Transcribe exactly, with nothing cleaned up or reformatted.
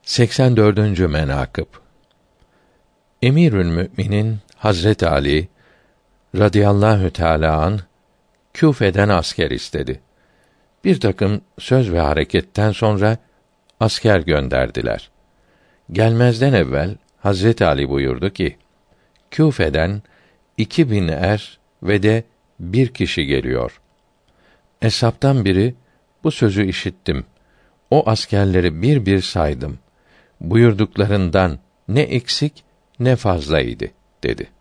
seksen dördüncü menakıb Emirül Müminin Hazret Ali radıyallahu teâlâ anh Küfe'den asker istedi. Bir takım söz ve hareketten sonra asker gönderdiler. Gelmezden evvel Hazret Ali buyurdu ki: Küfe'den iki bin er ve de bir kişi geliyor. Eshabtan biri, bu sözü işittim. O askerleri bir bir saydım. Buyurduklarından ne eksik ne fazlaydı dedi.